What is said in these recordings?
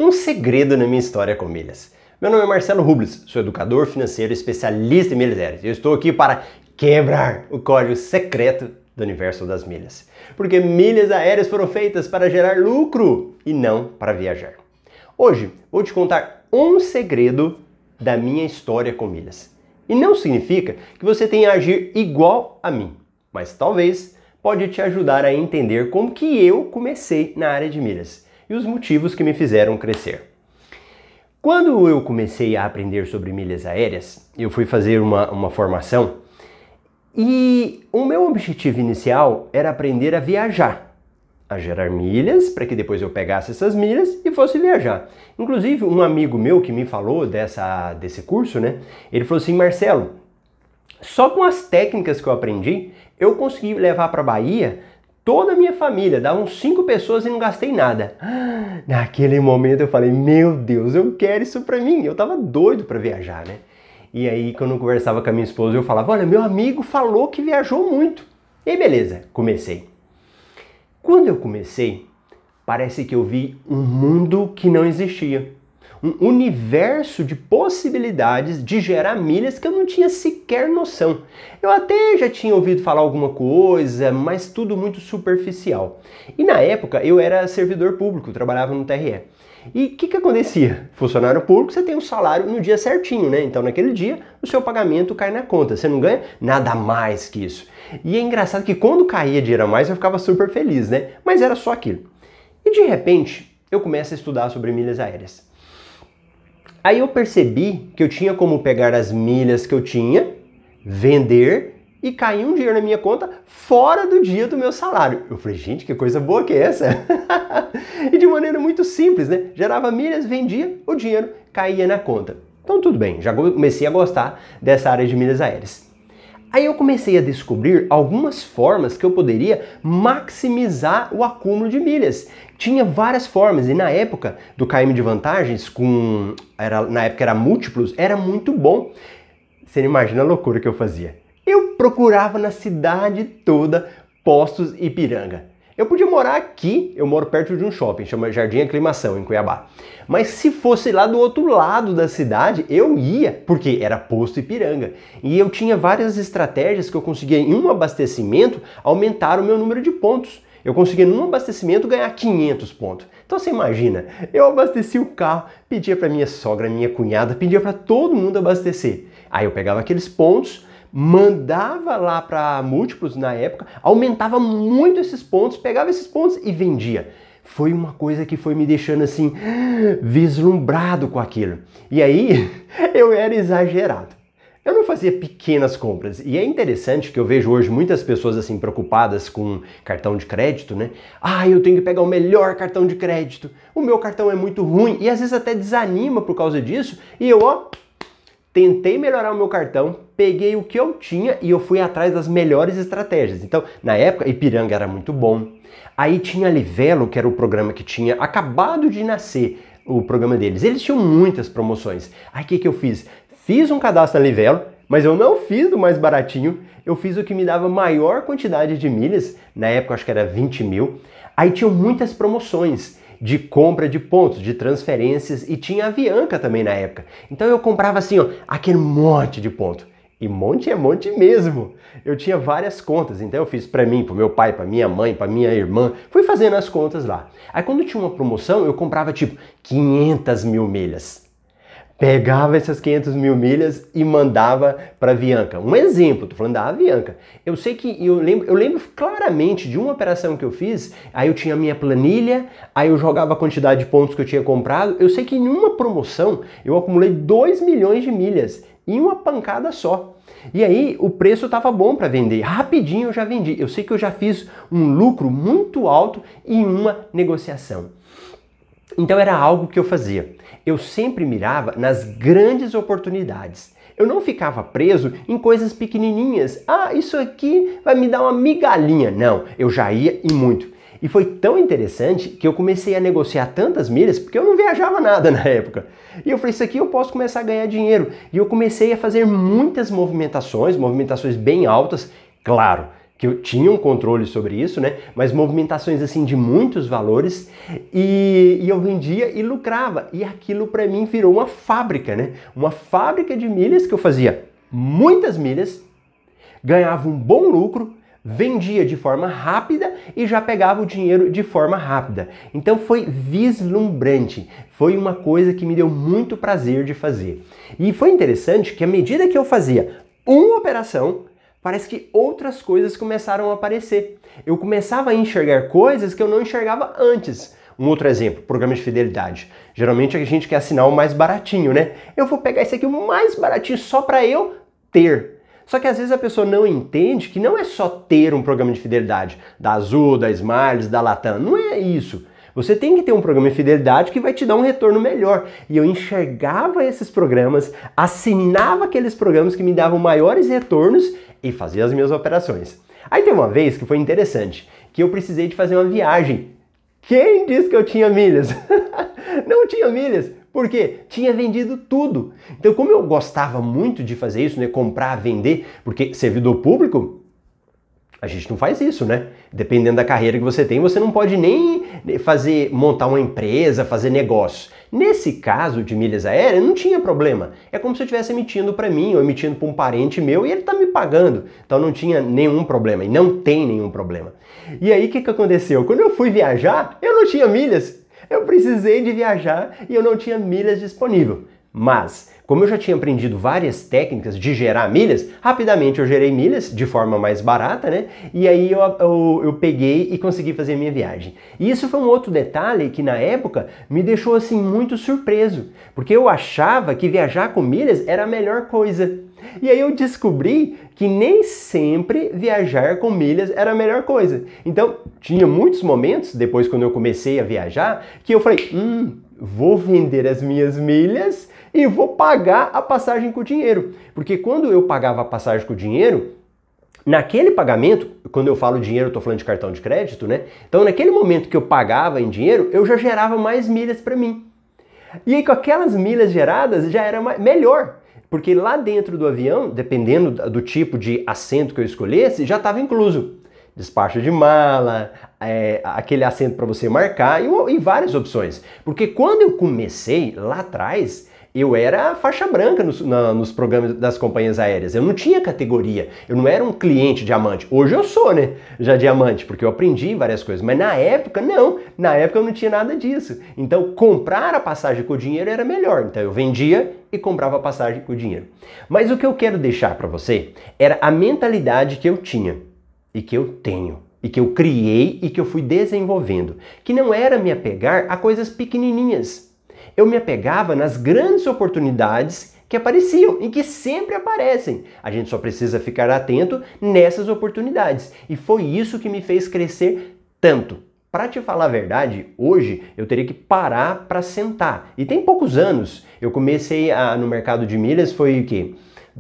um segredo na minha história com milhas. Meu nome é Marcelo Rubles, sou educador financeiro especialista em milhas aéreas. Eu estou aqui para quebrar o código secreto do universo das milhas. Porque milhas aéreas foram feitas para gerar lucro e não para viajar. Hoje vou te contar um segredo da minha história com milhas. E não significa que você tenha a agir igual a mim, mas talvez pode te ajudar a entender como que eu comecei na área de milhas e os motivos que me fizeram crescer. Quando eu comecei a aprender sobre milhas aéreas, eu fui fazer uma formação e o meu objetivo inicial era aprender a viajar, a gerar milhas para que depois eu pegasse essas milhas e fosse viajar. Inclusive, um amigo meu que me falou desse curso, né? Ele falou assim: Marcelo, só com as técnicas que eu aprendi, eu consegui levar para a Bahia toda a minha família, davam 5 pessoas e não gastei nada. Naquele momento eu falei: meu Deus, eu quero isso para mim. Eu tava doido para viajar, né? E aí, quando eu conversava com a minha esposa, eu falava: olha, meu amigo falou que viajou muito. E aí, beleza, comecei. Quando eu comecei, parece que eu vi um mundo que não existia. Um universo de possibilidades de gerar milhas que eu não tinha sequer noção. Eu até já tinha ouvido falar alguma coisa, mas tudo muito superficial. E na época eu era servidor público, trabalhava no TRE. E o que acontecia? Funcionário público, você tem um salário no dia certinho, né? Então naquele dia o seu pagamento cai na conta, você não ganha nada mais que isso. E é engraçado que quando caía dinheiro a mais eu ficava super feliz, né? Mas era só aquilo. E de repente eu começo a estudar sobre milhas aéreas. Aí eu percebi que eu tinha como pegar as milhas que eu tinha, vender e cair um dinheiro na minha conta fora do dia do meu salário. Eu falei: gente, que coisa boa que é essa? E de maneira muito simples, né? Gerava milhas, vendia, o dinheiro caía na conta. Então tudo bem, já comecei a gostar dessa área de milhas aéreas. Aí eu comecei a descobrir algumas formas que eu poderia maximizar o acúmulo de milhas. Tinha várias formas e na época do KM de vantagens, na época era múltiplos, era muito bom. Você não imagina a loucura que eu fazia. Eu procurava na cidade toda postos Ipiranga. Eu podia morar aqui, eu moro perto de um shopping, chama Jardim Aclimação, em Cuiabá. Mas se fosse lá do outro lado da cidade, eu ia, porque era posto Ipiranga. E eu tinha várias estratégias que eu conseguia, em um abastecimento, aumentar o meu número de pontos. Eu conseguia, num abastecimento, ganhar 500 pontos. Então você imagina, eu abastecia o carro, pedia para minha sogra, minha cunhada, pedia para todo mundo abastecer. Aí eu pegava aqueles pontos, mandava lá para múltiplos na época, aumentava muito esses pontos, pegava esses pontos e vendia. Foi uma coisa que foi me deixando assim, vislumbrado com aquilo. E aí, eu era exagerado. Eu não fazia pequenas compras. E é interessante que eu vejo hoje muitas pessoas assim preocupadas com cartão de crédito, né? Ah, eu tenho que pegar o melhor cartão de crédito. O meu cartão é muito ruim. E às vezes até desanima por causa disso. E eu, tentei melhorar o meu cartão, peguei o que eu tinha e eu fui atrás das melhores estratégias. Então, na época, Ipiranga era muito bom. Aí tinha a Livelo, que era o programa que tinha acabado de nascer, o programa deles. Eles tinham muitas promoções. Aí o que eu fiz? Fiz um cadastro na Livelo, mas eu não fiz do mais baratinho. Eu fiz o que me dava maior quantidade de milhas. Na época, acho que era 20 mil. Aí tinham muitas promoções de compra de pontos, de transferências, e tinha a Avianca também na época. Então eu comprava assim, aquele monte de ponto. E monte é monte mesmo. Eu tinha várias contas, então eu fiz para mim, para meu pai, para minha mãe, para minha irmã. Fui fazendo as contas lá. Aí quando tinha uma promoção, eu comprava tipo 500 mil milhas. Pegava essas 500 mil milhas e mandava para a Avianca. Um exemplo, tô falando da Avianca. Eu sei que eu lembro claramente de uma operação que eu fiz, aí eu tinha a minha planilha, aí eu jogava a quantidade de pontos que eu tinha comprado. Eu sei que em uma promoção eu acumulei 2 milhões de milhas em uma pancada só. E aí o preço estava bom para vender. Rapidinho eu já vendi. Eu sei que eu já fiz um lucro muito alto em uma negociação. Então era algo que eu fazia. Eu sempre mirava nas grandes oportunidades. Eu não ficava preso em coisas pequenininhas. Ah, isso aqui vai me dar uma migalhinha. Não, eu já ia e muito. E foi tão interessante que eu comecei a negociar tantas milhas, porque eu não viajava nada na época. E eu falei: isso aqui eu posso começar a ganhar dinheiro. E eu comecei a fazer muitas movimentações bem altas. Claro que eu tinha um controle sobre isso, né? Mas movimentações assim de muitos valores e eu vendia e lucrava. E aquilo para mim virou uma fábrica, né? Uma fábrica de milhas que eu fazia muitas milhas, ganhava um bom lucro, vendia de forma rápida e já pegava o dinheiro de forma rápida. Então foi vislumbrante, foi uma coisa que me deu muito prazer de fazer. E foi interessante que à medida que eu fazia uma operação, parece que outras coisas começaram a aparecer. Eu começava a enxergar coisas que eu não enxergava antes. Um outro exemplo, programa de fidelidade. Geralmente a gente quer assinar o mais baratinho, né? Eu vou pegar esse aqui, o mais baratinho, só para eu ter. Só que às vezes a pessoa não entende que não é só ter um programa de fidelidade da Azul, da Smiles, da Latam. Não é isso. Você tem que ter um programa de fidelidade que vai te dar um retorno melhor. E eu enxergava esses programas, assinava aqueles programas que me davam maiores retornos e fazia as minhas operações. Aí tem uma vez que foi interessante, que eu precisei de fazer uma viagem. Quem disse que eu tinha milhas? Não tinha milhas. Por quê? Tinha vendido tudo. Então, como eu gostava muito de fazer isso, né? Comprar, vender, porque servidor público, a gente não faz isso, né? Dependendo da carreira que você tem, você não pode nem montar uma empresa, fazer negócio. Nesse caso de milhas aéreas, não tinha problema. É como se eu estivesse emitindo para mim ou emitindo para um parente meu e ele está me pagando. Então não tinha nenhum problema e não tem nenhum problema. E aí o que aconteceu? Quando eu fui viajar, eu não tinha milhas. Eu precisei de viajar e eu não tinha milhas disponível. Mas, como eu já tinha aprendido várias técnicas de gerar milhas, rapidamente eu gerei milhas de forma mais barata, né? E aí eu peguei e consegui fazer a minha viagem. E isso foi um outro detalhe que na época me deixou assim muito surpreso, porque eu achava que viajar com milhas era a melhor coisa. E aí eu descobri que nem sempre viajar com milhas era a melhor coisa. Então, tinha muitos momentos, depois quando eu comecei a viajar, que eu falei, vou vender as minhas milhas e vou pagar a passagem com dinheiro. Porque quando eu pagava a passagem com dinheiro, naquele pagamento, quando eu falo dinheiro, eu estou falando de cartão de crédito, né? Então, naquele momento que eu pagava em dinheiro, eu já gerava mais milhas para mim. E aí, com aquelas milhas geradas, já era melhor. Porque lá dentro do avião, dependendo do tipo de assento que eu escolhesse, já estava incluso. Despacho de mala, aquele assento para você marcar e várias opções. Porque quando eu comecei lá atrás, eu era faixa branca nos programas das companhias aéreas. Eu não tinha categoria, eu não era um cliente diamante. Hoje eu sou, né? Já diamante, porque eu aprendi várias coisas. Mas na época, não. Na época eu não tinha nada disso. Então, comprar a passagem com dinheiro era melhor. Então, eu vendia e comprava a passagem com dinheiro. Mas o que eu quero deixar para você era a mentalidade que eu tinha e que eu tenho. E que eu criei e que eu fui desenvolvendo. Que não era me apegar a coisas pequenininhas. Eu me apegava nas grandes oportunidades que apareciam e que sempre aparecem. A gente só precisa ficar atento nessas oportunidades. E foi isso que me fez crescer tanto. Para te falar a verdade, hoje eu teria que parar para sentar. E tem poucos anos. Eu comecei no mercado de milhas, foi o quê?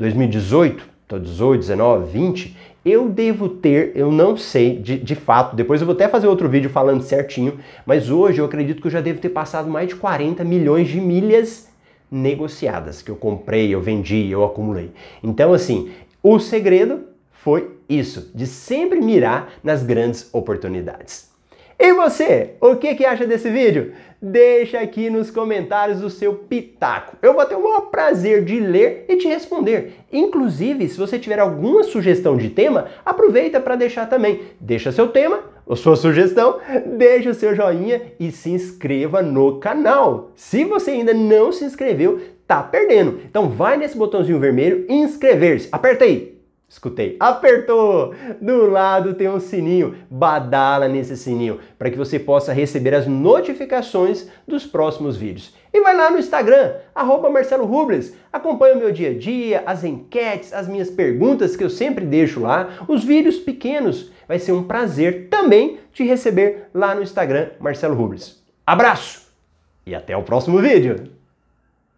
2018, 18, 19, 20. Eu devo ter, eu não sei de fato, depois eu vou até fazer outro vídeo falando certinho, mas hoje eu acredito que eu já devo ter passado mais de 40 milhões de milhas negociadas, que eu comprei, eu vendi, eu acumulei. Então assim, o segredo foi isso, de sempre mirar nas grandes oportunidades. E você, o que acha desse vídeo? Deixa aqui nos comentários o seu pitaco. Eu vou ter o maior prazer de ler e te responder. Inclusive, se você tiver alguma sugestão de tema, aproveita para deixar também. Deixa seu tema, a sua sugestão, deixa o seu joinha e se inscreva no canal. Se você ainda não se inscreveu, tá perdendo. Então vai nesse botãozinho vermelho, inscrever-se. Aperta aí. Escutei, apertou! Do lado tem um sininho, badala nesse sininho, para que você possa receber as notificações dos próximos vídeos. E vai lá no Instagram, @MarceloRubles, acompanha o meu dia a dia, as enquetes, as minhas perguntas que eu sempre deixo lá, os vídeos pequenos. Vai ser um prazer também te receber lá no Instagram, Marcelo Rubles. Abraço e até o próximo vídeo!